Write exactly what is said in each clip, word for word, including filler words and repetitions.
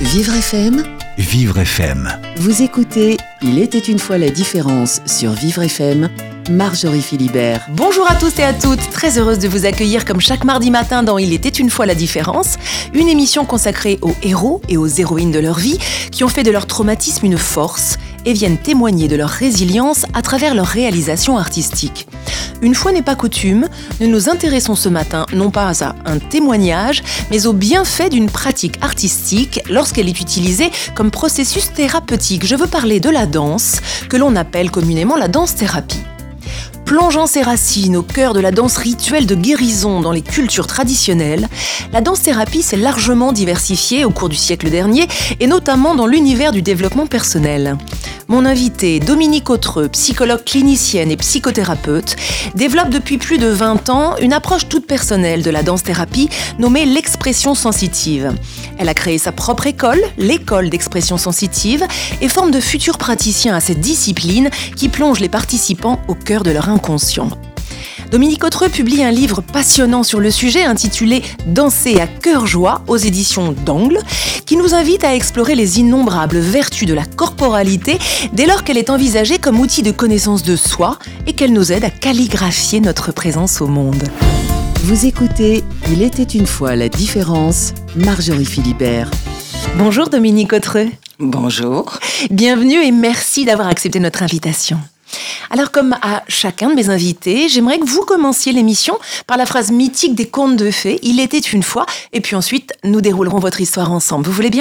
Vivre F M. Vivre F M. Vous écoutez Il était une fois la différence sur Vivre F M. Marjorie Philibert. Bonjour à tous et à toutes, très heureuse de vous accueillir comme chaque mardi matin dans Il était une fois la différence, une émission consacrée aux héros et aux héroïnes de leur vie qui ont fait de leur traumatisme une force et viennent témoigner de leur résilience à travers leur réalisation artistique. Une fois n'est pas coutume, nous nous intéressons ce matin non pas à un témoignage, mais aux bienfaits d'une pratique artistique lorsqu'elle est utilisée comme processus thérapeutique. Je veux parler de la danse, que l'on appelle communément la danse-thérapie. Plongeant ses racines au cœur de la danse rituelle de guérison dans les cultures traditionnelles, la danse-thérapie s'est largement diversifiée au cours du siècle dernier et notamment dans l'univers du développement personnel. Mon invitée, Dominique Autreux, psychologue clinicienne et psychothérapeute, développe depuis plus de vingt ans une approche toute personnelle de la danse-thérapie nommée l'expression sensitive. Elle a créé sa propre école, l'école d'expression sensitive, et forme de futurs praticiens à cette discipline qui plonge les participants au cœur de leur inconscient. Dominique Autreux publie un livre passionnant sur le sujet intitulé « Danser à cœur joie » aux éditions d'Angle, qui nous invite à explorer les innombrables vertus de la corporalité dès lors qu'elle est envisagée comme outil de connaissance de soi et qu'elle nous aide à calligraphier notre présence au monde. Vous écoutez Il était une fois la différence, Marjorie Philibert. Bonjour Dominique Autreux. Bonjour. Bienvenue et merci d'avoir accepté notre invitation. Alors, comme à chacun de mes invités, j'aimerais que vous commenciez l'émission par la phrase mythique des contes de fées « Il était une fois » et puis ensuite, nous déroulerons votre histoire ensemble. Vous voulez bien ?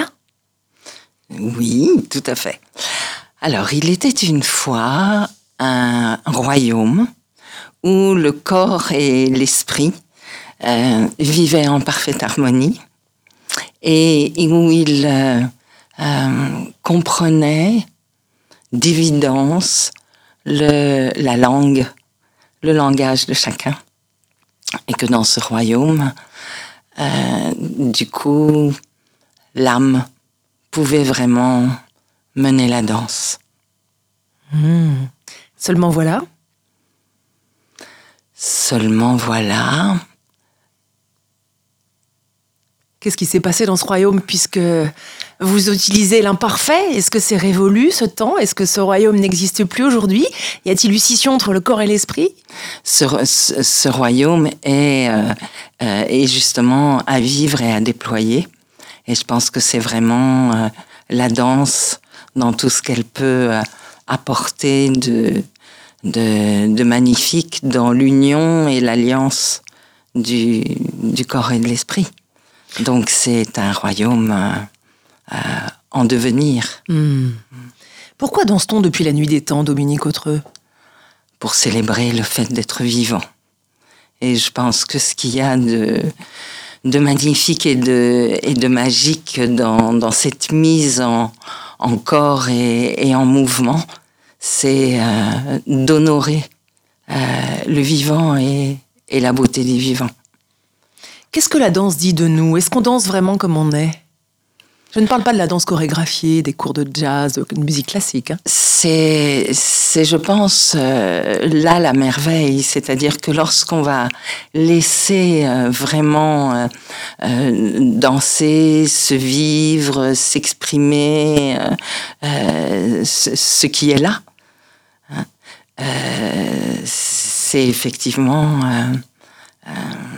Oui, tout à fait. Alors, il était une fois un royaume où le corps et l'esprit euh, vivaient en parfaite harmonie et où ils euh, euh, comprenaient d'évidence Le, la langue, le langage de chacun. Et que dans ce royaume, euh, du coup, l'âme pouvait vraiment mener la danse. Mmh. Seulement voilà. Seulement voilà. Qu'est-ce qui s'est passé dans ce royaume puisque vous utilisez l'imparfait ? Est-ce que c'est révolu ce temps ? Est-ce que ce royaume n'existe plus aujourd'hui ? Y a-t-il eu scission entre le corps et l'esprit ? ce, ce, ce royaume est, euh, euh, est justement à vivre et à déployer. Et je pense que c'est vraiment euh, la danse dans tout ce qu'elle peut euh, apporter de, de, de magnifique dans l'union et l'alliance du, du corps et de l'esprit. Donc c'est un royaume euh, euh, en devenir. Mmh. Pourquoi danse-t-on depuis la nuit des temps, Dominique Autreux ? Pour célébrer le fait d'être vivant. Et je pense que ce qu'il y a de, de magnifique et de, et de magique dans, dans cette mise en, en corps et, et en mouvement, c'est euh, d'honorer euh, le vivant et, et la beauté des vivants. Qu'est-ce que la danse dit de nous ? Est-ce qu'on danse vraiment comme on est ? Je ne parle pas de la danse chorégraphiée, des cours de jazz, de musique classique. Hein. C'est, c'est, je pense, euh, là la merveille. C'est-à-dire que lorsqu'on va laisser euh, vraiment euh, euh, danser, se vivre, s'exprimer, euh, euh, ce, ce qui est là, hein, euh, c'est effectivement... Euh, euh,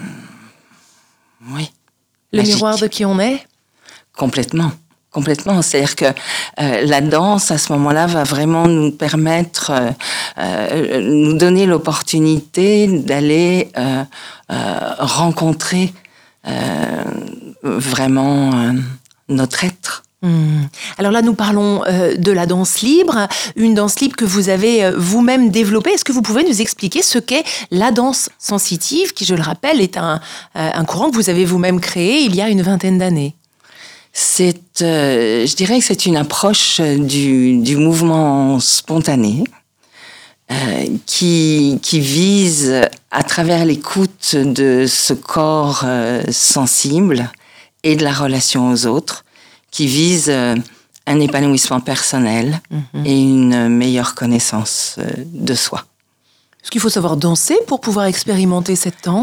Oui. Le magique. miroir de qui on est ? Complètement. Complètement. C'est-à-dire que euh, la danse, à ce moment-là, va vraiment nous permettre, euh, euh, nous donner l'opportunité d'aller euh, euh, rencontrer euh, vraiment euh, notre être. Mmh. Alors là, nous parlons euh, de la danse libre, une danse libre que vous avez euh, vous-même développée. Est-ce que vous pouvez nous expliquer ce qu'est la danse sensitive, qui, je le rappelle, est un, euh, un courant que vous avez vous-même créé il y a une vingtaine d'années ? C'est, euh, je dirais que c'est une approche du, du mouvement spontané euh, qui, qui vise, à travers l'écoute de ce corps euh, sensible et de la relation aux autres, qui vise euh, un épanouissement personnel mmh. et une meilleure connaissance euh, de soi. Est-ce qu'il faut savoir danser pour pouvoir expérimenter cette danse ?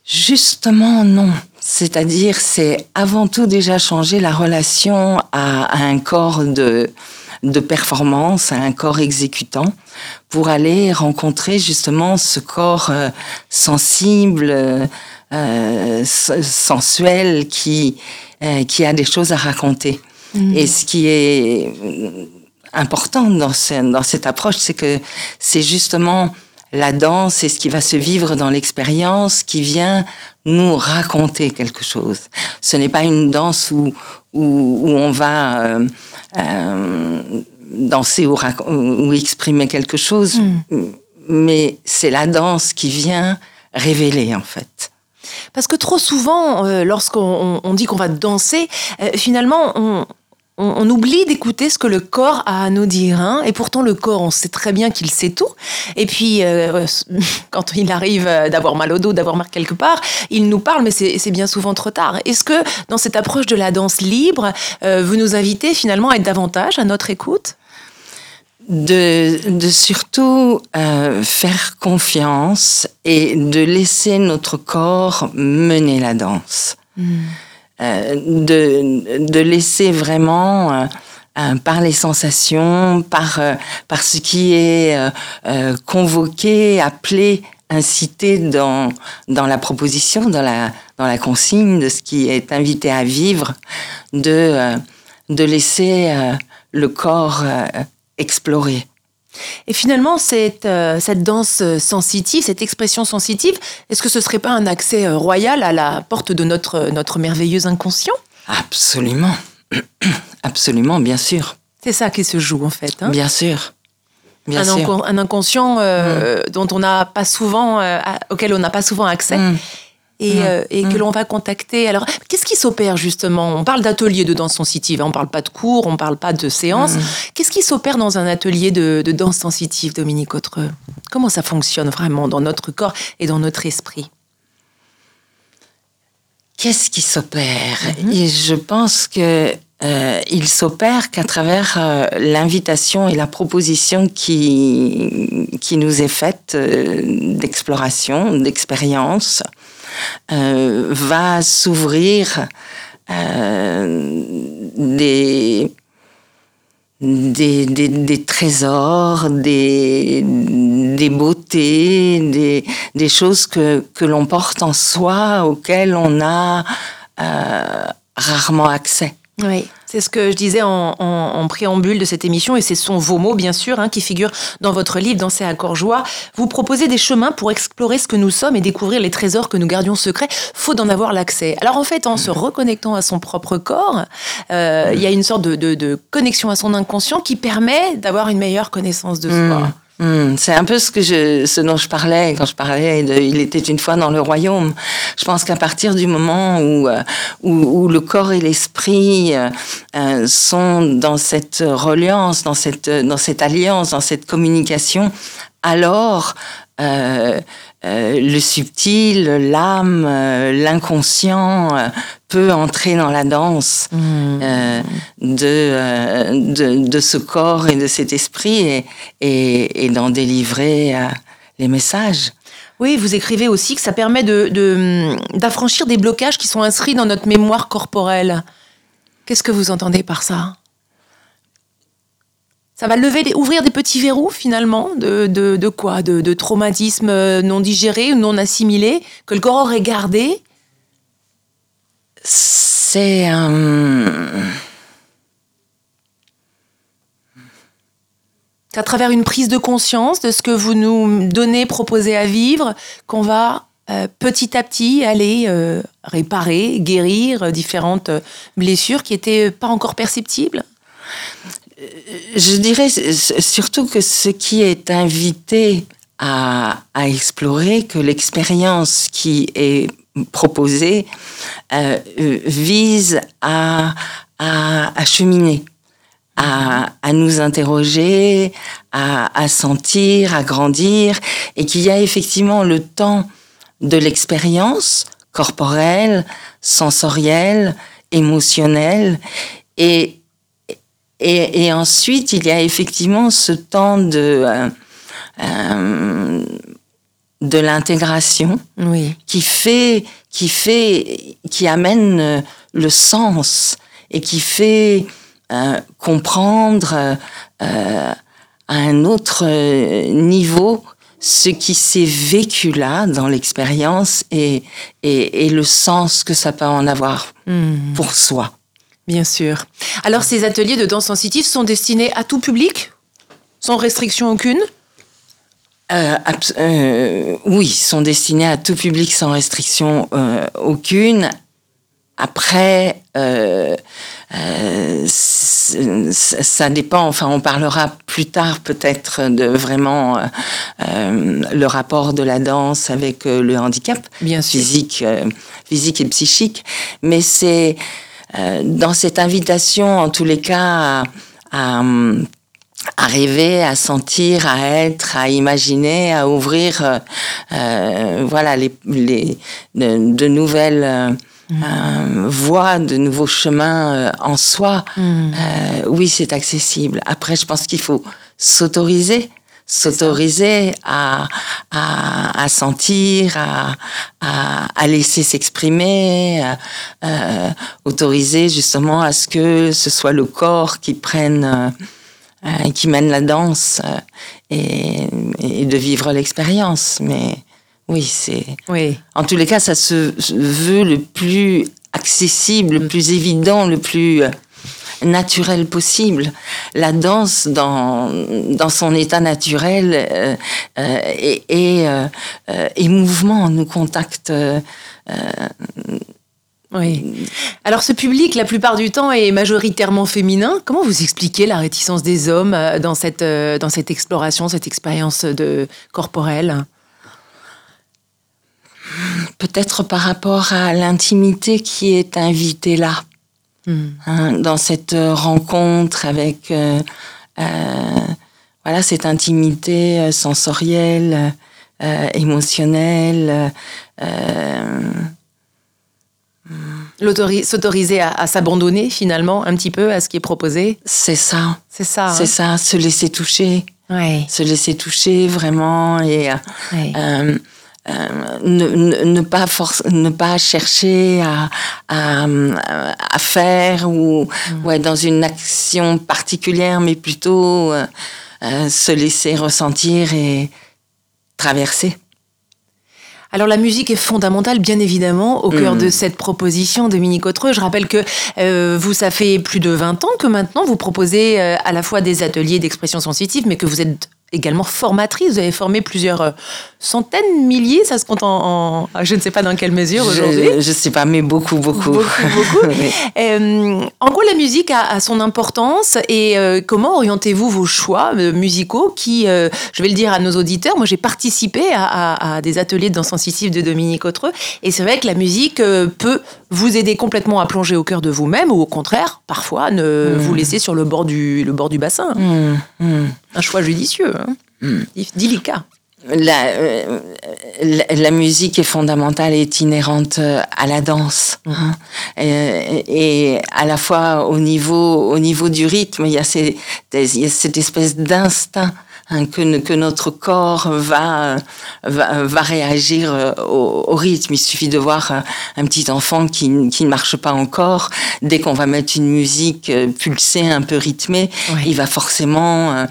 Justement, non. C'est-à-dire, c'est avant tout déjà changer la relation à, à un corps de, de performance, à un corps exécutant, pour aller rencontrer justement ce corps euh, sensible, euh, sensuel, qui, euh, qui a des choses à raconter. Mmh. Et ce qui est important dans, ce, dans cette approche, c'est que c'est justement la danse, c'est ce qui va se vivre dans l'expérience qui vient nous raconter quelque chose. Ce n'est pas une danse où, où, où on va euh, euh, danser ou, ou exprimer quelque chose, mmh. mais c'est la danse qui vient révéler, en fait. Parce que trop souvent, euh, lorsqu'on on, on dit qu'on va danser, euh, finalement, on... On oublie d'écouter ce que le corps a à nous dire, hein, et pourtant le corps, on sait très bien qu'il sait tout. Et puis, euh, quand il arrive d'avoir mal au dos, d'avoir mal quelque part, il nous parle, mais c'est, c'est bien souvent trop tard. Est-ce que, dans cette approche de la danse libre, euh, vous nous invitez finalement à être davantage à notre écoute ? De, de surtout euh, faire confiance et de laisser notre corps mener la danse. Mmh. Euh, de, de laisser vraiment, euh, euh, par les sensations, par, euh, par ce qui est euh, euh, convoqué, appelé, incité dans, dans la proposition, dans la, dans la consigne de ce qui est invité à vivre, de, euh, de laisser euh, le corps euh, explorer. Et finalement, cette, euh, cette danse sensitive, cette expression sensitive, est-ce que ce ne serait pas un accès royal à la porte de notre, notre merveilleux inconscient ? Absolument. Absolument, bien sûr. C'est ça qui se joue, en fait. Hein ? Bien sûr. Bien un, sûr. Inco- un inconscient euh, mmh. dont on n'a pas souvent, euh, auquel on n'a pas souvent accès. Mmh. Et, mmh. euh, et que mmh. l'on va contacter. Alors, qu'est-ce qui s'opère justement ? On parle d'atelier de danse sensitive, on ne parle pas de cours, on ne parle pas de séance. Mmh. Qu'est-ce qui s'opère dans un atelier de, de danse sensitive, Dominique Autreux ? Comment ça fonctionne vraiment dans notre corps et dans notre esprit ? Qu'est-ce qui s'opère ? mmh. Et je pense que euh, il s'opère qu'à travers euh, l'invitation et la proposition qui, qui nous est faite euh, d'exploration, d'expérience. Euh, va s'ouvrir euh, des, des, des, des trésors, des, des beautés, des, des choses que, que l'on porte en soi, auxquelles on a euh, rarement accès. Oui, c'est ce que je disais en, en, en préambule de cette émission, et ce sont vos mots, bien sûr, hein, qui figurent dans votre livre « Danser à corps joie ». Vous proposez des chemins pour explorer ce que nous sommes et découvrir les trésors que nous gardions secrets, faute d'en avoir l'accès. Alors en fait, en se reconnectant à son propre corps, euh, il y a une sorte de, de, de connexion à son inconscient qui permet d'avoir une meilleure connaissance de soi. Mmh. Mmh, c'est un peu ce que je, ce dont je parlais quand je parlais de Il était une fois dans le royaume. Je pense qu'à partir du moment où où, où le corps et l'esprit euh, sont dans cette reliance, dans cette dans cette alliance, dans cette communication, alors euh, euh, le subtil, l'âme, euh, l'inconscient euh, peut entrer dans la danse mmh. euh, de, euh, de de ce corps et de cet esprit et et, et d'en délivrer euh, les messages. Oui, vous écrivez aussi que ça permet de, de d'affranchir des blocages qui sont inscrits dans notre mémoire corporelle. Qu'est-ce que vous entendez par ça ? Ça va lever, ouvrir des petits verrous, finalement, de, de, de quoi ? De, de traumatismes non digérés ou non assimilés, que le corps aurait gardé ? C'est un... Euh... C'est à travers une prise de conscience de ce que vous nous donnez, proposez à vivre, qu'on va euh, petit à petit aller euh, réparer, guérir différentes blessures qui n'étaient pas encore perceptibles ? Je dirais surtout que ce qui est invité à, à explorer, que l'expérience qui est proposée euh, vise à, à, à cheminer, à, à nous interroger, à, à sentir, à grandir, et qu'il y a effectivement le temps de l'expérience corporelle, sensorielle, émotionnelle, et Et, et ensuite, il y a effectivement ce temps de, euh, euh, de l'intégration, oui. qui fait, qui fait, qui amène le sens et qui fait euh, comprendre euh, à un autre niveau ce qui s'est vécu là dans l'expérience et, et, et le sens que ça peut en avoir mmh. pour soi. Bien sûr. Alors, ces ateliers de danse sensitive sont destinés à tout public, sans restriction aucune ? Euh, abs- euh, oui, sont destinés à tout public sans restriction euh, aucune. Après, euh, euh, ça dépend. Enfin, on parlera plus tard peut-être de vraiment euh, euh, le rapport de la danse avec euh, le handicap Bien sûr. physique, euh, physique et psychique. Mais c'est euh, dans cette invitation, en tous les cas, à, à à rêver, à sentir, à être, à imaginer, à ouvrir, euh, euh, voilà, les, les de, de nouvelles euh, mmh. euh, voies, de nouveaux chemins euh, en soi. Mmh. Euh, oui, c'est accessible. Après, je pense qu'il faut s'autoriser, s'autoriser à, à, à sentir, à, à, à laisser s'exprimer, à, euh, autoriser justement à ce que ce soit le corps qui prenne. Euh, Euh, qui mène la danse euh, et, et de vivre l'expérience. Mais oui, c'est... Oui. En tous les cas, ça se veut le plus accessible, le plus évident, le plus euh, naturel possible. La danse, dans, dans son état naturel, euh, euh, et, et, euh, euh, et mouvement, nous contacte... Euh, Oui. Alors, ce public, la plupart du temps, est majoritairement féminin. Comment vous expliquez la réticence des hommes dans cette, dans cette exploration, cette expérience de, corporelle ? Peut-être par rapport à l'intimité qui est invitée là, mmh. hein, dans cette rencontre avec euh, euh, voilà, cette intimité sensorielle, euh, émotionnelle. Euh, L'autori- s'autoriser à, à s'abandonner finalement un petit peu à ce qui est proposé. C'est ça. C'est ça. C'est hein. ça, se laisser toucher. Ouais. Se laisser toucher vraiment et ouais. euh, euh, ne, ne, ne, pas force, ne pas chercher à, à, à faire ou mmh. ouais, dans une action particulière, mais plutôt euh, euh, se laisser ressentir et traverser. Alors la musique est fondamentale, bien évidemment, au cœur mmh. de cette proposition, Dominique Autreux. Je rappelle que euh, vous, ça fait plus de vingt ans que maintenant, vous proposez euh, à la fois des ateliers d'expression sensitive, mais que vous êtes également formatrice. Vous avez formé plusieurs euh, centaines, milliers, ça se compte en, en... Je ne sais pas dans quelle mesure aujourd'hui. Je ne sais pas, mais beaucoup, beaucoup. Beaucoup, beaucoup. oui. euh, en gros, la musique a, a son importance. Et euh, comment orientez-vous vos choix euh, musicaux qui, euh, je vais le dire à nos auditeurs, moi j'ai participé à, à, à des ateliers de danse sensitive de Dominique Autreux. Et c'est vrai que la musique euh, peut vous aider complètement à plonger au cœur de vous-même ou au contraire, parfois, ne mmh. vous laisser sur le bord du, le bord du bassin. Mmh. Mmh. Un choix judicieux, hein. mmh. délicat. La, euh, la, la musique est fondamentale et est inhérente à la danse. Mmh. Hein. Et, et à la fois au niveau, au niveau du rythme, il y a, ces, il y a cette espèce d'instinct hein, que, que notre corps va, va, va réagir au, au rythme. Il suffit de voir un petit enfant qui, qui ne marche pas encore. Dès qu'on va mettre une musique pulsée, un peu rythmée, ouais. il va forcément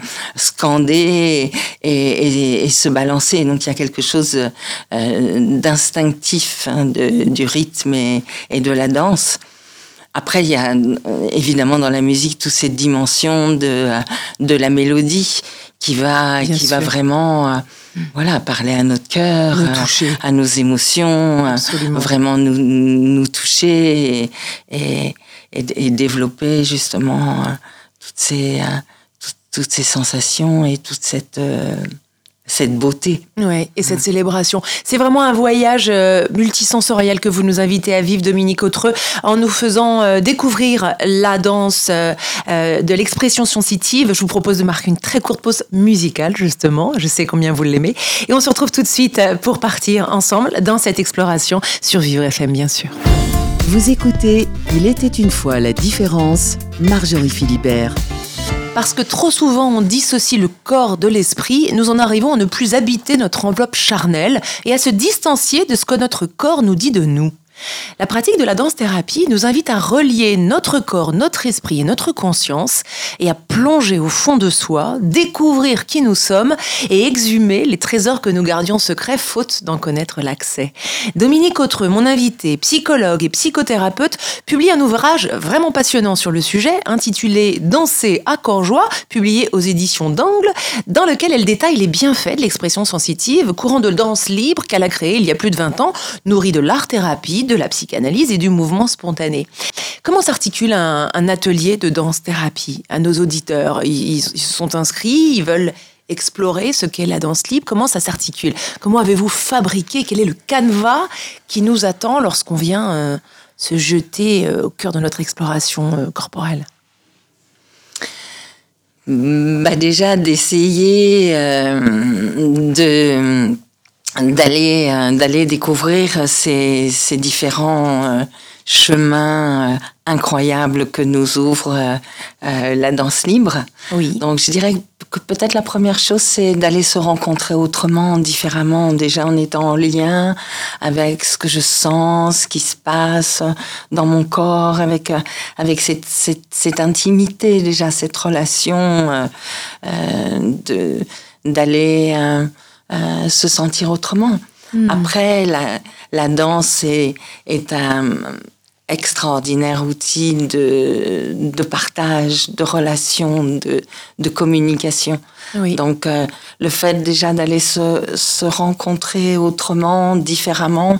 scander et, et, et se balancer. Donc il y a quelque chose euh, d'instinctif hein, de, du rythme et, et de la danse. Après, il y a évidemment dans la musique toute cette dimension de, de la mélodie qui va, Bien qui sûr. va vraiment euh, voilà, parler à notre cœur, euh, à nos émotions, euh, vraiment nous, nous toucher et, et, et, et développer justement euh, toutes, ces, euh, toutes, toutes ces sensations et toute cette... Euh, cette beauté. Ouais, et cette mmh. célébration. C'est vraiment un voyage euh, multisensoriel que vous nous invitez à vivre, Dominique Autreux, en nous faisant euh, découvrir la danse euh, euh, de l'expression sensitive. Je vous propose de marquer une très courte pause musicale, justement. Je sais combien vous l'aimez. Et on se retrouve tout de suite pour partir ensemble dans cette exploration sur Vivre F M, bien sûr. Vous écoutez « Il était une fois la différence », Marjorie Philibert. Parce que trop souvent, on dissocie le corps de l'esprit, nous en arrivons à ne plus habiter notre enveloppe charnelle et à se distancier de ce que notre corps nous dit de nous. La pratique de la danse-thérapie nous invite à relier notre corps, notre esprit et notre conscience et à plonger au fond de soi, découvrir qui nous sommes et exhumer les trésors que nous gardions secrets faute d'en connaître l'accès. Dominique Autreux, mon invité, psychologue et psychothérapeute, publie un ouvrage vraiment passionnant sur le sujet intitulé « Danser à corps joie », publié aux éditions d'Angle, dans lequel elle détaille les bienfaits de l'expression sensitive, courant de danse libre qu'elle a créé il y a plus de vingt ans, nourri de l'art-thérapie, de la psychanalyse et du mouvement spontané. Comment s'articule un, un atelier de danse-thérapie à nos auditeurs? Ils, ils se sont inscrits, ils veulent explorer ce qu'est la danse libre. Comment ça s'articule? Comment avez-vous fabriqué? Quel est le canevas qui nous attend lorsqu'on vient euh, se jeter euh, au cœur de notre exploration euh, corporelle? Bah déjà d'essayer euh, de... d'aller euh, d'aller découvrir ces ces différents euh, chemins euh, incroyables que nous ouvre euh, euh, la danse libre. Oui. Donc je dirais que peut-être la première chose c'est d'aller se rencontrer autrement, différemment, déjà en étant en lien avec ce que je sens, ce qui se passe dans mon corps, avec euh, avec cette cette cette intimité déjà, cette relation euh, euh, de d'aller euh, Euh, se sentir autrement. Mmh. Après, la, la danse est, est un extraordinaire outil de, de partage, de relation, de, de communication. Oui. Donc, euh, le fait déjà d'aller se, se rencontrer autrement, différemment,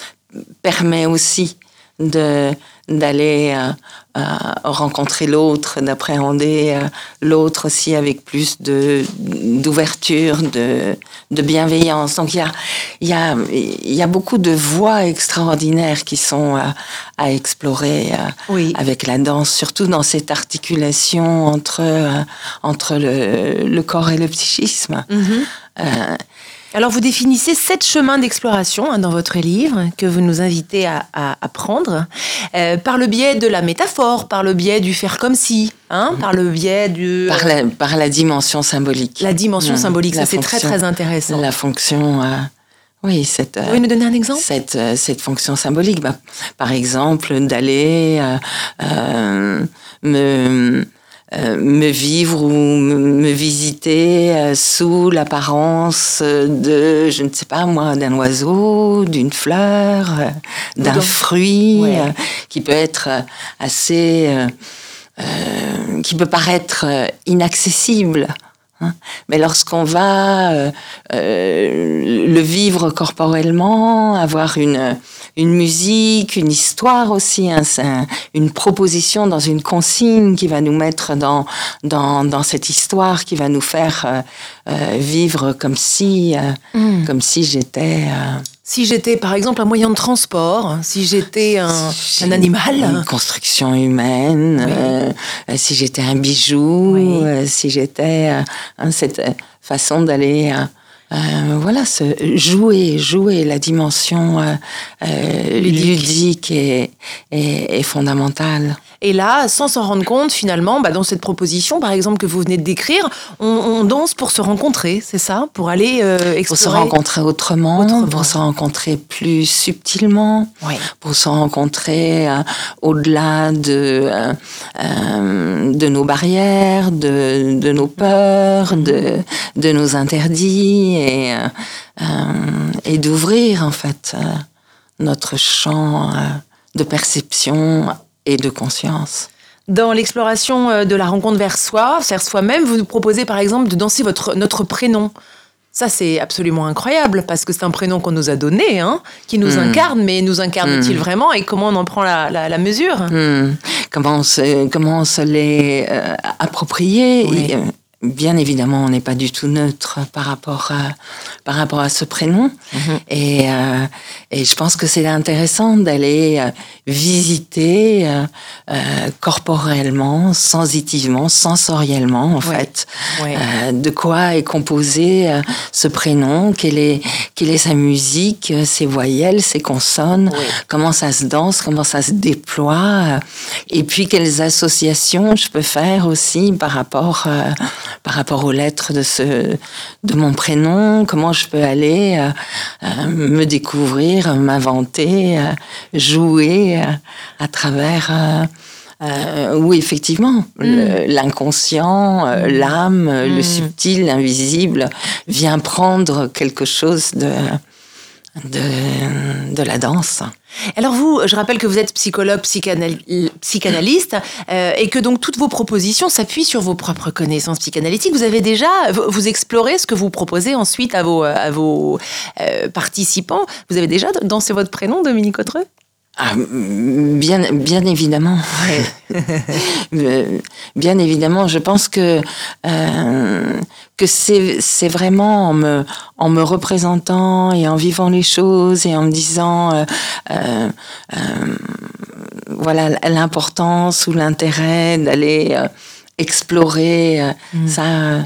permet aussi de d'aller euh, euh, rencontrer l'autre, d'appréhender euh, l'autre aussi avec plus de d'ouverture, de de bienveillance. Donc il y a il y a il y a beaucoup de voies extraordinaires qui sont à, à explorer euh, oui. avec la danse, surtout dans cette articulation entre euh, entre le le corps et le psychisme. Mm-hmm. Euh, Alors, vous définissez sept chemins d'exploration hein, dans votre livre que vous nous invitez à, à, à prendre euh, par le biais de la métaphore, par le biais du faire comme si, hein, par le biais du... par, la, par la dimension symbolique. La dimension mmh, symbolique, la ça c'est très très intéressant. La fonction... Euh, oui, cette... Vous pouvez nous donner un exemple? Cette, euh, cette fonction symbolique. Bah, par exemple, d'aller euh, euh, me... Euh, me vivre ou me, me visiter euh, sous l'apparence de, je ne sais pas moi, d'un oiseau, d'une fleur, euh, d'un Donc, fruit, ouais. euh, qui peut être assez, euh, euh, qui peut paraître inaccessible. Hein. Mais lorsqu'on va euh, euh, le vivre corporellement, avoir une une musique, une histoire aussi, hein, c'est un, une proposition dans une consigne qui va nous mettre dans dans dans cette histoire, qui va nous faire euh, euh, vivre comme si euh, mm. comme si j'étais euh, si j'étais par exemple un moyen de transport, si j'étais un, un animal, une construction humaine, oui. euh, si j'étais un bijou, oui. euh, si j'étais euh, cette façon d'aller euh, Euh, voilà, se jouer, jouer la dimension euh, euh, ludique, ludique est, est, est fondamentale. Et là, sans s'en rendre compte, finalement, bah, dans cette proposition, par exemple, que vous venez de décrire, on, on danse pour se rencontrer, c'est ça? Pour aller euh, explorer... Pour se rencontrer autrement, autrement, pour se rencontrer plus subtilement, oui. pour se rencontrer euh, au-delà de, euh, euh, de nos barrières, de, de nos peurs, de, de nos interdits, et, euh, euh, et d'ouvrir, en fait, euh, notre champ euh, de perception et de conscience. Dans l'exploration de la rencontre vers soi, vers soi-même, vous nous proposez par exemple de danser votre, notre prénom. Ça, c'est absolument incroyable parce que c'est un prénom qu'on nous a donné, hein, qui nous mmh. incarne, mais nous incarne-t-il mmh. vraiment et comment on en prend la, la, la mesure? mmh. Comment on se, comment on se l'est euh, approprié oui. et, bien évidemment, on n'est pas du tout neutre par rapport à, par rapport à ce prénom. Mmh. Et, euh, et je pense que c'est intéressant d'aller euh, visiter euh, euh, corporellement, sensitivement, sensoriellement, en ouais. fait, ouais. Euh, de quoi est composé euh, ce prénom, quelle est, quelle est sa musique, ses voyelles, ses consonnes, ouais. comment ça se danse, comment ça se déploie, euh, et puis quelles associations je peux faire aussi par rapport... Euh, par rapport aux lettres de ce de mon prénom, comment je peux aller euh, euh, me découvrir, m'inventer, euh, jouer euh, à travers euh, euh, où effectivement mm. le, l'inconscient, euh, l'âme, mm. le subtil, l'invisible vient prendre quelque chose de de, de la danse. Alors vous, je rappelle que vous êtes psychologue, psychanal... psychanalyste, euh, et que donc toutes vos propositions s'appuient sur vos propres connaissances psychanalytiques. Vous avez déjà, vous explorez ce que vous proposez ensuite à vos, à vos euh, participants. Vous avez déjà dansé votre prénom, Dominique Autreux ? Ah, bien, bien évidemment. Bien évidemment, je pense que euh, que c'est c'est vraiment en me en me représentant et en vivant les choses et en me disant euh, euh, euh, voilà l'importance ou l'intérêt d'aller euh, explorer euh, mmh. ça. Euh,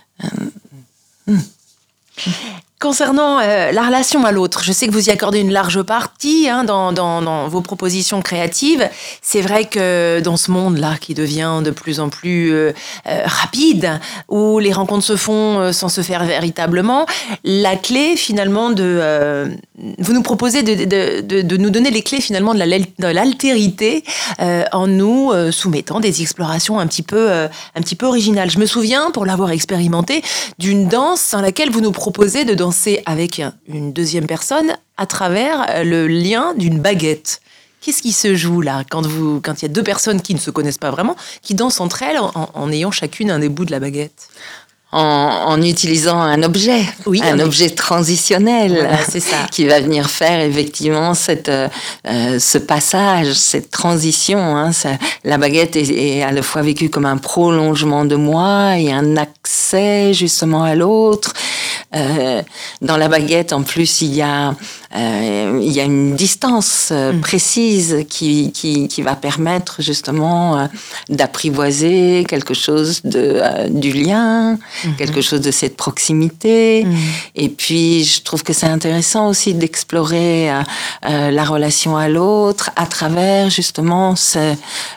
mmh. Concernant euh, la relation à l'autre, je sais que vous y accordez une large partie hein, dans, dans, dans vos propositions créatives. C'est vrai que dans ce monde-là qui devient de plus en plus euh, euh, rapide, où les rencontres se font euh, sans se faire véritablement, la clé finalement de... Euh, vous nous proposez de, de, de, de nous donner les clés finalement de, la, de l'altérité euh, en nous euh, soumettant des explorations un petit peu, euh, un petit peu originales. Je me souviens, pour l'avoir expérimenté, d'une danse dans laquelle vous nous proposez de danser avec une deuxième personne à travers le lien d'une baguette. Qu'est-ce qui se joue là quand vous, quand il y a deux personnes qui ne se connaissent pas vraiment, qui dansent entre elles en, en ayant chacune un des bouts de la baguette ? En, en utilisant un objet, oui, un objet transitionnel, voilà, c'est ça. Qui va venir faire effectivement cette, euh, ce passage, cette transition. Hein, ça, la baguette est, est à la fois vécue comme un prolongement de moi et un accès justement à l'autre. Euh, dans la baguette, en plus, il y a, euh, il y a une distance euh, mmh. précise qui, qui, qui va permettre justement euh, d'apprivoiser quelque chose de, euh, du lien, mmh. quelque chose de cette proximité. Mmh. Et puis, je trouve que c'est intéressant aussi d'explorer euh, euh, la relation à l'autre à travers justement ce,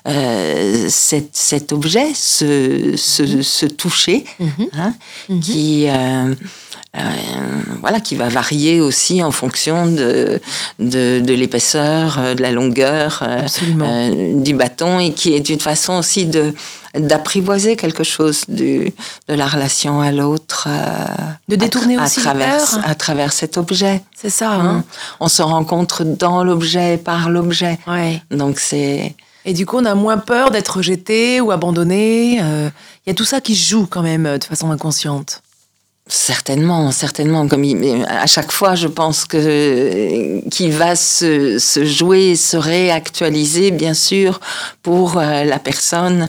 euh, cet, cet objet, ce, ce, ce toucher, mmh. hein, mmh. qui... Euh, Euh, voilà, qui va varier aussi en fonction de, de, de l'épaisseur, de la longueur euh, du bâton et qui est une façon aussi de, d'apprivoiser quelque chose du, de la relation à l'autre. Euh, de détourner à, aussi à travers, peur. à travers cet objet. C'est ça. Hein. On se rencontre dans l'objet et par l'objet. Ouais. Donc c'est... Et du coup, on a moins peur d'être rejeté ou abandonné. Il euh, y a tout ça qui se joue quand même de façon inconsciente. Certainement, certainement. Comme il, à chaque fois, je pense que qu'il va se, se jouer, se réactualiser, bien sûr, pour euh, la personne,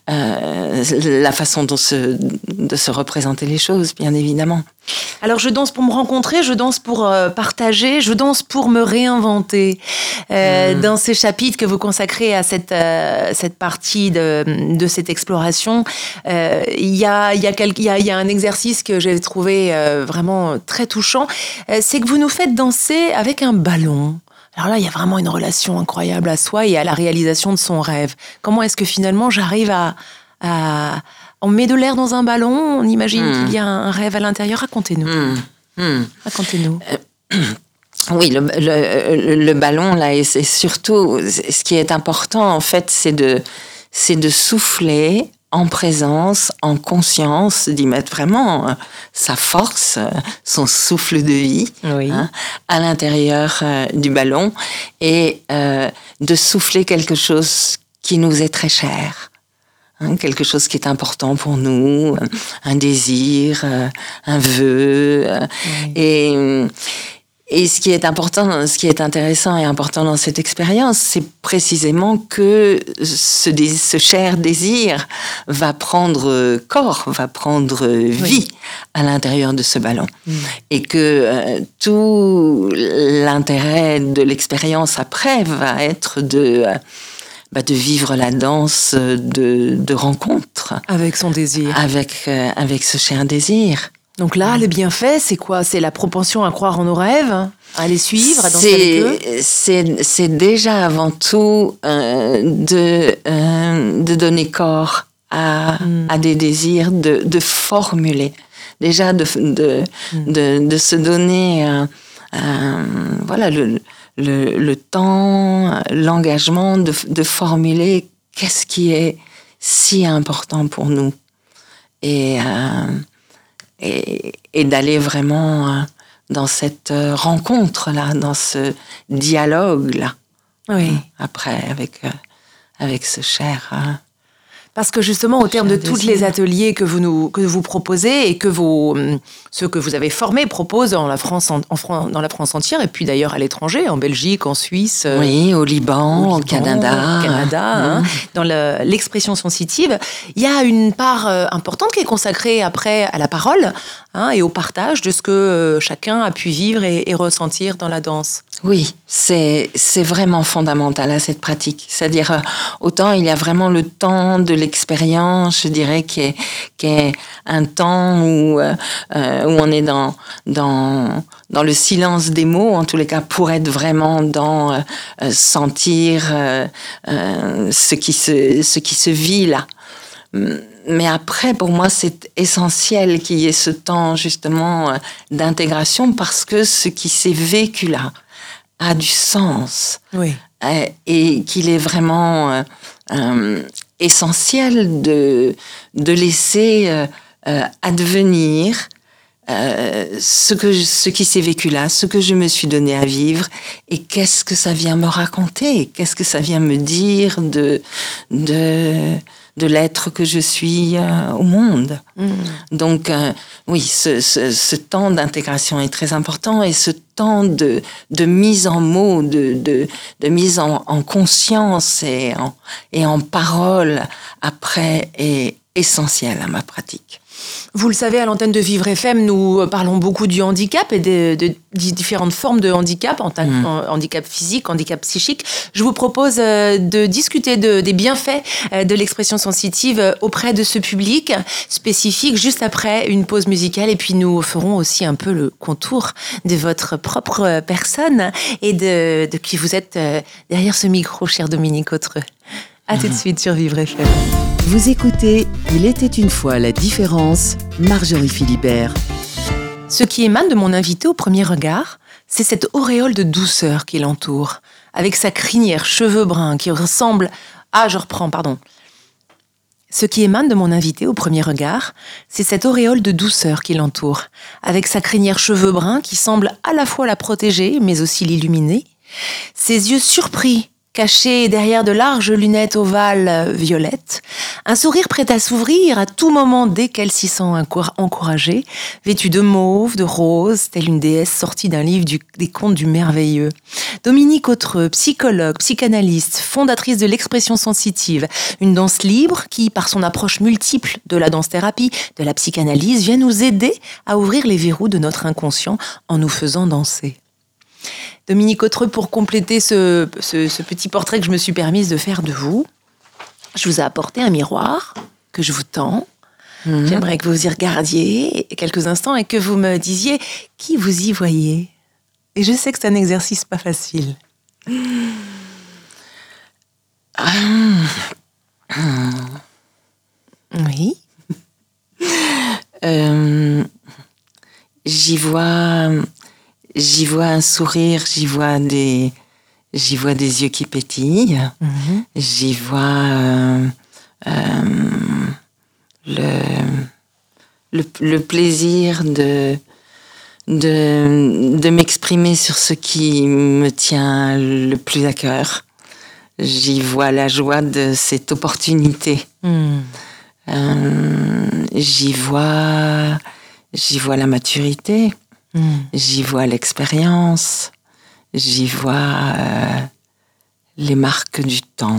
euh, la façon dont se, de se représenter les choses, bien évidemment. Alors, je danse pour me rencontrer, je danse pour euh, partager, je danse pour me réinventer. Euh, mmh. Dans ces chapitres que vous consacrez à cette, euh, cette partie de, de cette exploration, il euh, y, a, y, a quel, y, a, y a un exercice que j'ai trouvé euh, vraiment très touchant. Euh, c'est que vous nous faites danser avec un ballon. Alors là, il y a vraiment une relation incroyable à soi et à la réalisation de son rêve. Comment est-ce que finalement j'arrive à... à on met de l'air dans un ballon, on imagine mmh. qu'il y a un rêve à l'intérieur. Racontez-nous. Mmh. Mmh. Racontez-nous. Euh, oui, le, le, le ballon, là, et c'est surtout, ce qui est important, en fait, c'est de, c'est de souffler en présence, en conscience, d'y mettre vraiment sa force, son souffle de vie, oui. hein, à l'intérieur euh, du ballon, et euh, de souffler quelque chose qui nous est très cher. Hein, quelque chose qui est important pour nous, un désir, un vœu. Oui. Et, et ce qui est important, ce qui est intéressant et important dans cette expérience, c'est précisément que ce, dé- ce cher désir va prendre corps, va prendre vie oui. à l'intérieur de ce ballon. Mmh. Et que euh, tout l'intérêt de l'expérience après va être de... Euh, bah, de vivre la danse de, de rencontre. Avec son désir. Avec, euh, avec ce cher désir. Donc là, les bienfaits, c'est quoi ? C'est la propension à croire en nos rêves, à les suivre, à danser avec eux ? C'est, c'est déjà avant tout euh, de, euh, de donner corps à, mm. à des désirs, de, de formuler. Déjà de, de, mm. de, de se donner euh, euh, voilà, le, le, le temps, l'engagement de, de formuler qu'est-ce qui est si important pour nous. Et... Euh, Et, et d'aller vraiment dans cette rencontre-là, dans ce dialogue-là. Oui. Après, avec, avec ce cher... Parce que justement, au terme de tous les ateliers que vous, nous, que vous proposez et que vos, ceux que vous avez formés proposent en la France, en, en, dans la France entière, et puis d'ailleurs à l'étranger, en Belgique, en Suisse... Oui, au Liban, au, au Liban, Canada. Au Canada, mmh. hein, dans le, l'expression sensitive. Il y a une part euh, importante qui est consacrée après à la parole hein, et au partage de ce que euh, chacun a pu vivre et, et ressentir dans la danse. Oui, c'est, c'est vraiment fondamental à cette pratique. C'est-à-dire, euh, autant il y a vraiment le temps de l'expérience, je dirais, qui est, qui est un temps où, euh, où on est dans, dans, dans le silence des mots, en tous les cas, pour être vraiment dans euh, sentir euh, euh, ce qui se, ce qui se vit là. Mais après, pour moi, c'est essentiel qu'il y ait ce temps, justement, euh, d'intégration, parce que ce qui s'est vécu là a du sens. Oui. Euh, et qu'il est vraiment euh, euh, essentiel de, de laisser euh, euh, advenir euh, ce, que je, ce qui s'est vécu là, ce que je me suis donné à vivre, et qu'est-ce que ça vient me raconter, qu'est-ce que ça vient me dire de... de de l'être que je suis euh, au monde. Mmh. Donc, euh, oui, ce, ce, ce temps d'intégration est très important, et ce temps de, de mise en mots, de, de, de mise en, en conscience et en, et en parole après est essentiel à ma pratique. Vous le savez, à l'antenne de Vivre F M, nous parlons beaucoup du handicap et de, de, de différentes formes de handicap, en, mmh. en handicap physique, handicap psychique. Je vous propose de discuter de, des bienfaits de l'expression sensitive auprès de ce public spécifique, juste après une pause musicale. Et puis nous ferons aussi un peu le contour de votre propre personne et de, de qui vous êtes derrière ce micro, cher Dominique Autreux. À mmh. tout de suite sur Vivre F M. Vous écoutez Il était une fois la différence, Marjorie Philibert. Ce qui émane de mon invité au premier regard, c'est cette auréole de douceur qui l'entoure, avec sa crinière cheveux bruns qui ressemble... Ah, je reprends, pardon. Ce qui émane de mon invité au premier regard, c'est cette auréole de douceur qui l'entoure, avec sa crinière cheveux bruns qui semble à la fois la protéger, mais aussi l'illuminer, ses yeux surpris, cachée derrière de larges lunettes ovales violettes, un sourire prêt à s'ouvrir à tout moment dès qu'elle s'y sent encouragée, vêtue de mauve, de rose, telle une déesse sortie d'un livre du, des contes du merveilleux. Dominique Autreux, psychologue, psychanalyste, fondatrice de l'expression sensitive, une danse libre qui, par son approche multiple de la danse-thérapie, de la psychanalyse, vient nous aider à ouvrir les verrous de notre inconscient en nous faisant danser. Dominique Autreux, pour compléter ce, ce, ce petit portrait que je me suis permise de faire de vous, je vous ai apporté un miroir que je vous tends. Mmh. J'aimerais que vous y regardiez quelques instants et que vous me disiez qui vous y voyez. Et je sais que c'est un exercice pas facile. Ah. Oui. euh, j'y vois... J'y vois un sourire, j'y vois des, j'y vois des yeux qui pétillent, mmh. j'y vois euh, euh, le, le, le plaisir de, de, de m'exprimer sur ce qui me tient le plus à cœur. J'y vois la joie de cette opportunité. Mmh. Euh, j'y vois, j'y vois la maturité. Mmh. J'y vois l'expérience, j'y vois euh, les marques du temps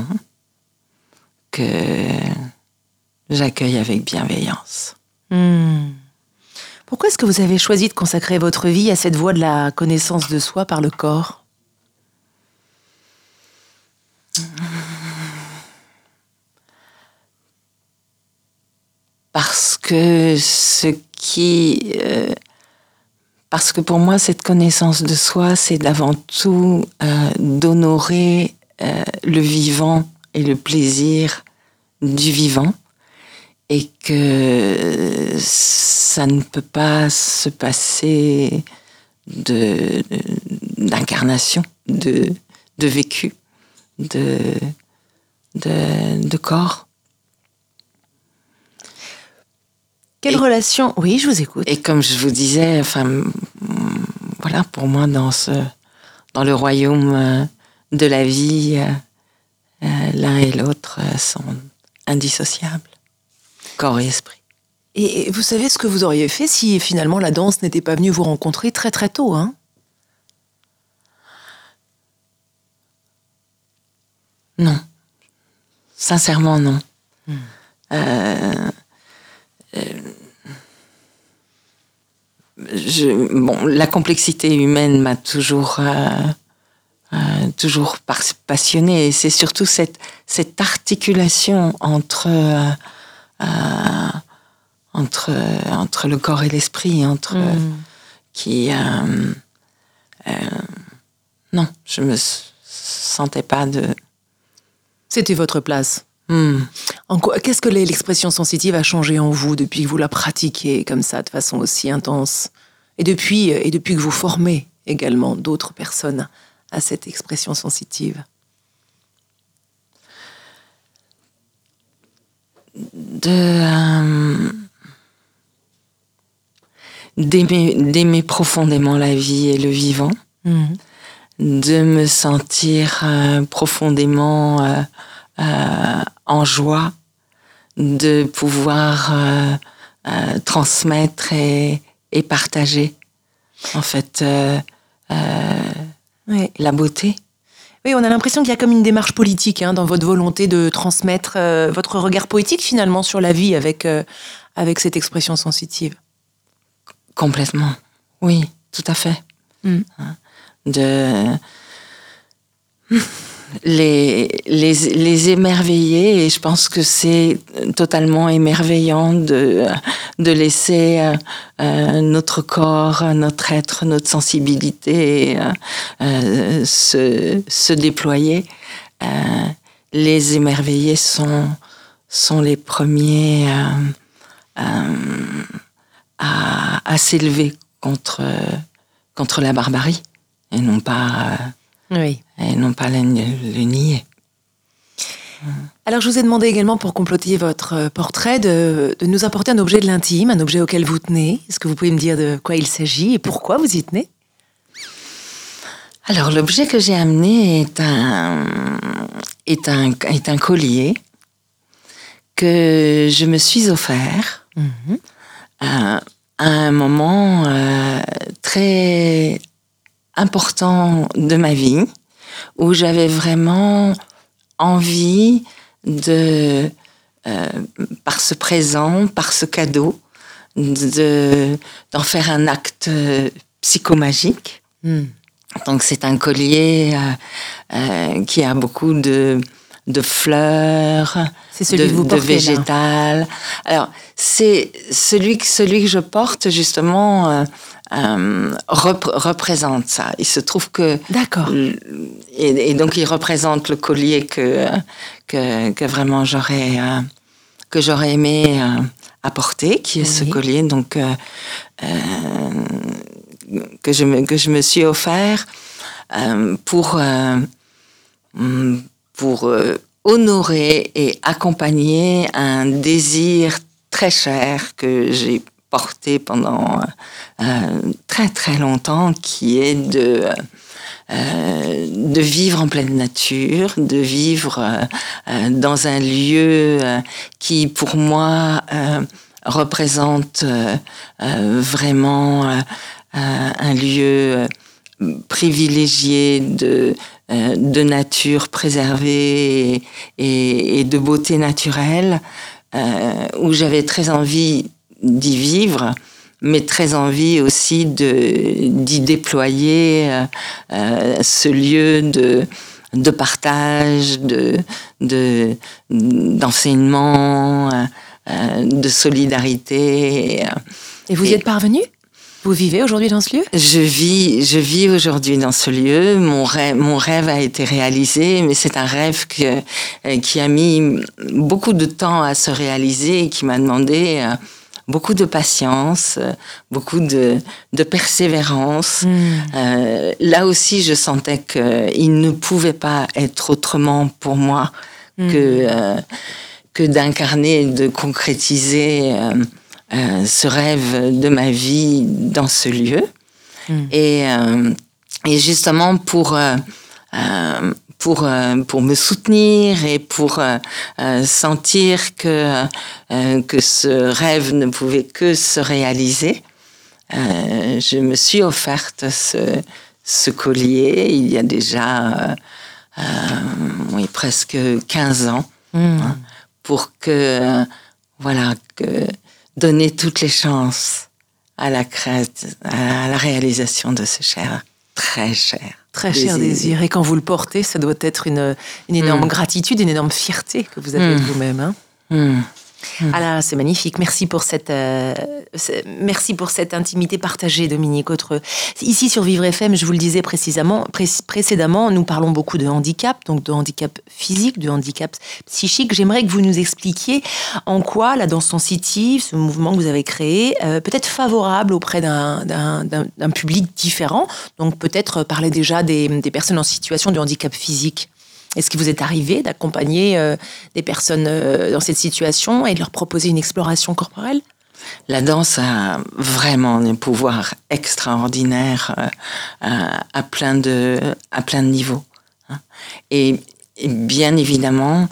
que j'accueille avec bienveillance. Mmh. Pourquoi est-ce que vous avez choisi de consacrer votre vie à cette voie de la connaissance de soi par le corps ? Parce que ce qui... Euh, parce que pour moi, cette connaissance de soi, c'est avant tout euh, d'honorer euh, le vivant et le plaisir du vivant, et que ça ne peut pas se passer de, d'incarnation, de, de vécu, de, de, de corps. Quelle et, relation ? Oui, je vous écoute. Et comme je vous disais, enfin, voilà, pour moi, dans, ce, dans le royaume de la vie, euh, l'un et l'autre sont indissociables, corps et esprit. Et vous savez ce que vous auriez fait si finalement la danse n'était pas venue vous rencontrer très très tôt, hein ? Non. Sincèrement, non. Mmh. Euh, euh, je, bon, la complexité humaine m'a toujours, euh, euh, toujours passionnée. Et c'est surtout cette, cette articulation entre... Euh, euh, entre entre le corps et l'esprit, entre mmh. qui euh, euh, non, je me sentais pas de. C'était votre place. Mmh. En quoi, qu'est-ce que l'expression sensitive a changé en vous depuis que vous la pratiquez comme ça de façon aussi intense, et depuis et depuis que vous formez également d'autres personnes à cette expression sensitive? De euh, d'aimer, d'aimer profondément la vie et le vivant, mmh. de me sentir euh, profondément euh, euh, en joie, de pouvoir euh, euh, transmettre et, et partager, en fait, euh, euh, oui. la beauté. Oui, on a l'impression qu'il y a comme une démarche politique hein, dans votre volonté de transmettre euh, votre regard poétique finalement sur la vie avec, euh, avec cette expression sensitive. Complètement, oui, tout à fait. Mm. De les, les, les émerveiller, et je pense que c'est totalement émerveillant de, de laisser euh, notre corps, notre être, notre sensibilité euh, se, se déployer. Euh, les émerveiller sont, sont les premiers euh, euh, à, à s'élever contre, contre la barbarie, et non pas, oui. et non pas le, le nier. Alors je vous ai demandé également, pour compléter votre portrait, de, de nous apporter un objet de l'intime, un objet auquel vous tenez. Est-ce que vous pouvez me dire de quoi il s'agit et pourquoi vous y tenez ? Alors l'objet que j'ai amené est un, est un, est un collier que je me suis offert mm-hmm. à, à un moment euh, très important de ma vie, où j'avais vraiment envie de, euh, par ce présent, par ce cadeau, de, d'en faire un acte psychomagique. Mm. Donc c'est un collier euh, euh, qui a beaucoup de, de fleurs, c'est celui de, que vous portez, de végétal. Là. Alors c'est celui que celui que je porte justement euh, euh, rep- représente ça. Il se trouve que d'accord. Et, et donc il représente le collier que que, que vraiment j'aurais euh, que j'aurais aimé euh, apporter, qui est oui. ce collier donc euh, euh, que je me que je me suis offert euh, pour euh, pour euh, honorer et accompagner un désir très cher que j'ai porté pendant euh, très très longtemps, qui est de euh, de vivre en pleine nature, de vivre euh, dans un lieu euh, qui pour moi euh, représente euh, euh, vraiment euh, un lieu privilégié de, de nature préservée et, et, et de beauté naturelle, euh, où j'avais très envie d'y vivre, mais très envie aussi de, d'y déployer euh, euh, ce lieu de, de partage, de, de, d'enseignement, euh, de solidarité. Et vous y êtes parvenu ? Vous vivez aujourd'hui dans ce lieu ? Je vis, je vis aujourd'hui dans ce lieu. Mon rêve, mon rêve a été réalisé, mais c'est un rêve que, qui a mis beaucoup de temps à se réaliser et qui m'a demandé beaucoup de patience, beaucoup de, de persévérance. Mmh. Euh, là aussi, je sentais qu'il ne pouvait pas être autrement pour moi mmh. que, euh, que d'incarner, de concrétiser euh, Euh, ce rêve de ma vie dans ce lieu. Mmh. Et, euh, et justement pour, euh, euh, pour, euh, pour me soutenir et pour euh, euh, sentir que, euh, que ce rêve ne pouvait que se réaliser, euh, je me suis offerte ce, ce collier il y a déjà euh, euh, oui, presque quinze ans, mmh. hein, pour que, euh, voilà, que donner toutes les chances à la création, à la réalisation de ce cher, très cher, très cher désir. désir. Et quand vous le portez, ça doit être une, une énorme mmh. gratitude, une énorme fierté que vous avez mmh. de vous-même. Hein mmh. Mmh. Ah là, c'est magnifique. Merci pour cette, euh, merci pour cette intimité partagée, Dominique Autreux. Ici, sur Vivre F M, je vous le disais précisément, pré- précédemment, nous parlons beaucoup de handicap, donc de handicap physique, de handicap psychique. J'aimerais que vous nous expliquiez en quoi la danse sensitive, ce mouvement que vous avez créé, euh, peut être favorable auprès d'un, d'un, d'un, d'un public différent. Donc peut-être parler déjà des, des personnes en situation de handicap physique. Est-ce qu'il vous est arrivé d'accompagner euh, des personnes euh, dans cette situation et de leur proposer une exploration corporelle ? La danse a vraiment un pouvoir extraordinaire euh, à, à, plein de, à plein de niveaux. Hein. Et, et bien évidemment,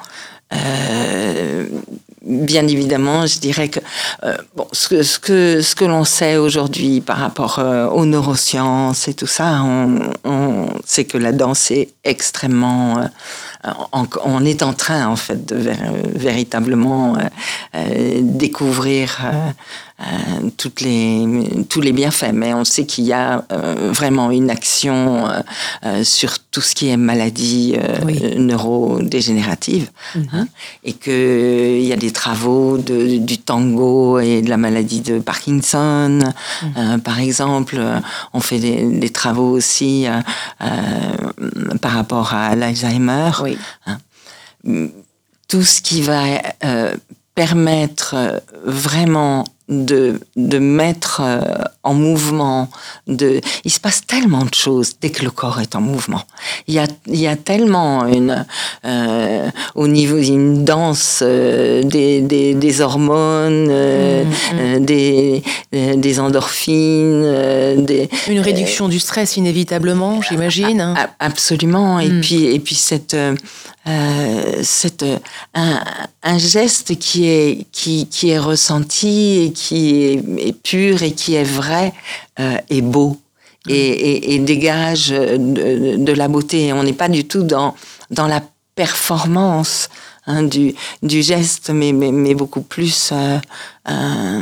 euh, bien évidemment, je dirais que euh, bon, ce que ce que ce que l'on sait aujourd'hui par rapport euh, aux neurosciences et tout ça, on, on sait que la danse est extrêmement euh, on, on est en train en fait de euh, véritablement euh, euh, découvrir euh, euh, toutes les tous les bienfaits, mais on sait qu'il y a euh, vraiment une action euh, euh, sur tout ce qui est maladie euh, oui. neurodégénérative, mm-hmm. hein, et que il y a des travaux de, du tango et de la maladie de Parkinson, mm. euh, par exemple. On fait des, des travaux aussi euh, euh, par rapport à l'Alzheimer. Oui. Hein. Tout ce qui va euh, permettre vraiment de, de mettre euh, en mouvement, de, il se passe tellement de choses dès que le corps est en mouvement. Il y a, il y a tellement une, euh, au niveau d'une danse, euh, des, des, des hormones, euh, mmh, mmh. des, des endorphines, euh, des, une réduction euh, du stress inévitablement, j'imagine. Hein. Absolument. Et mmh. puis, et puis cette, euh, cette, un, un geste qui est, qui, qui est ressenti et qui est, est pur et qui est vrai euh, est beau mmh. et, et, et dégage de, de la beauté. On n'est pas du tout dans, dans la performance hein, du, du geste, mais, mais, mais beaucoup plus euh, euh,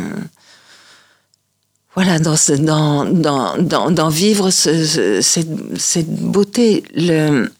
voilà, dans, ce, dans, dans, dans, dans vivre ce, ce, cette, cette beauté. Le,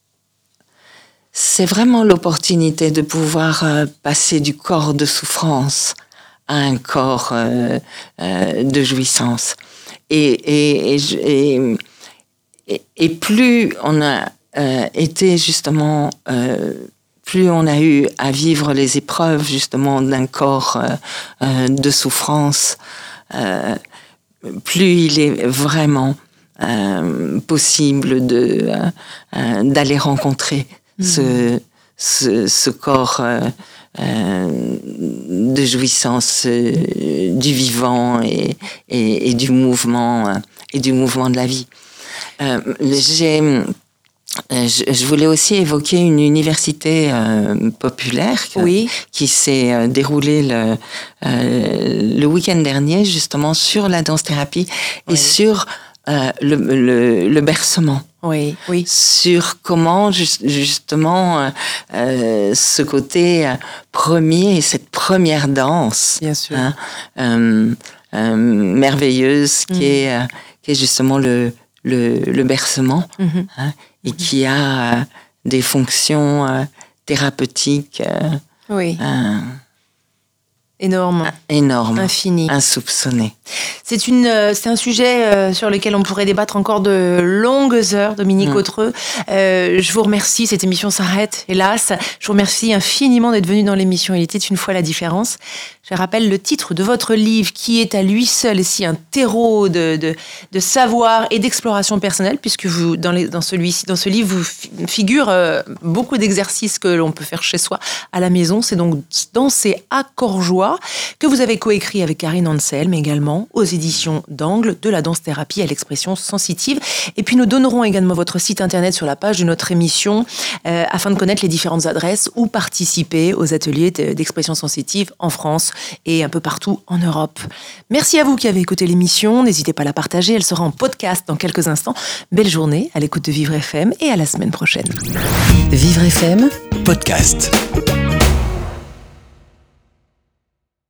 c'est vraiment l'opportunité de pouvoir euh, passer du corps de souffrance à un corps euh, euh, de jouissance. Et, et, et, et, et plus on a euh, été justement, euh, plus on a eu à vivre les épreuves justement d'un corps euh, euh, de souffrance, euh, plus il est vraiment euh, possible de, euh, d'aller rencontrer mmh. ce, ce, ce corps euh, Euh, de jouissance euh, du vivant et, et, et du mouvement euh, et du mouvement de la vie. Euh, j'ai Je, je voulais aussi évoquer une université euh, populaire que, oui. qui s'est euh, déroulée le, euh, le week-end dernier, justement, sur la danse-thérapie oui. et sur euh, le, le, le bercement. Oui, oui. Sur comment, just, justement, euh, ce côté premier, cette première danse. Bien sûr. Hein, euh, euh, merveilleuse, qui, mmh. est, euh, qui est justement le, le, le bercement. Mmh. Hein, et qui a euh, des fonctions euh, thérapeutiques euh, oui. euh, énormes, énormes, infinies, insoupçonnées. C'est une, euh, c'est un sujet euh, sur lequel on pourrait débattre encore de longues heures, Dominique mmh. Autreux. Euh, je vous remercie. Cette émission s'arrête, hélas. Je vous remercie infiniment d'être venu dans l'émission. Il était une fois la différence. Je rappelle le titre de votre livre, qui est à lui seul ici un terreau de, de, de savoir et d'exploration personnelle, puisque vous, dans, les, dans, celui-ci, dans ce livre, vous figure euh, beaucoup d'exercices que l'on peut faire chez soi, à la maison. C'est donc Danser à corps joie, que vous avez coécrit avec Karine Ansel, mais également aux éditions d'Angle, de la danse-thérapie à l'expression sensitive. Et puis nous donnerons également votre site internet sur la page de notre émission, euh, afin de connaître les différentes adresses où participer aux ateliers d'expression sensitive en France et un peu partout en Europe. Merci à vous qui avez écouté l'émission. N'hésitez pas à la partager. Elle sera en podcast dans quelques instants. Belle journée à l'écoute de Vivre F M et à la semaine prochaine. Vivre F M podcast.